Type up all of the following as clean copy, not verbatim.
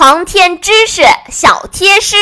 航天知识小贴士。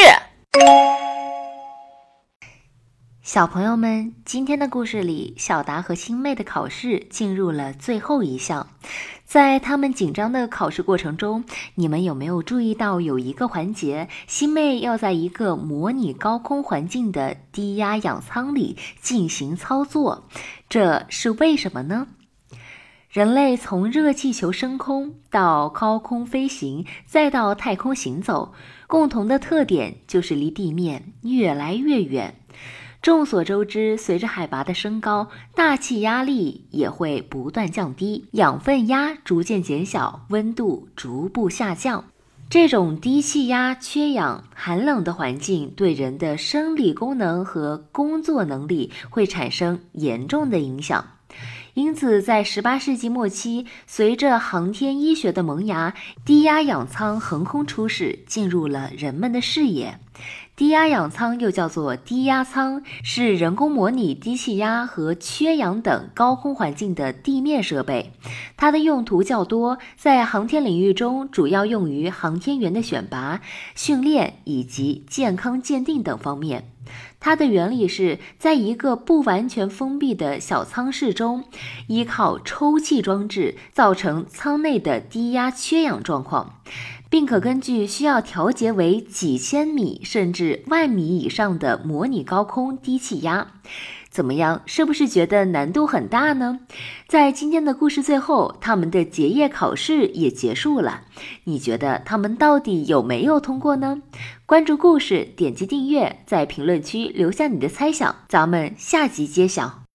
小朋友们，今天的故事里，小达和星妹的考试进入了最后一项。在他们紧张的考试过程中，你们有没有注意到有一个环节，星妹要在一个模拟高空环境的低压氧舱里进行操作？这是为什么呢？人类从热气球升空到高空飞行，再到太空行走，共同的特点就是离地面越来越远。众所周知，随着海拔的升高，大气压力也会不断降低，养分压逐渐减小，温度逐步下降。这种低气压、缺氧、寒冷的环境对人的生理功能和工作能力会产生严重的影响。因此，在18世纪末期，随着航天医学的萌芽，低压氧舱横空出世，进入了人们的视野。低压氧舱又叫做低压舱，是人工模拟低气压和缺氧等高空环境的地面设备。它的用途较多，在航天领域中主要用于航天员的选拔、训练以及健康鉴定等方面。它的原理是在一个不完全封闭的小舱室中，依靠抽气装置造成舱内的低压缺氧状况，并可根据需要调节为几千米甚至万米以上的模拟高空低气压。怎么样，是不是觉得难度很大呢？在今天的故事最后，他们的结业考试也结束了。你觉得他们到底有没有通过呢？关注故事，点击订阅，在评论区留下你的猜想，咱们下集揭晓。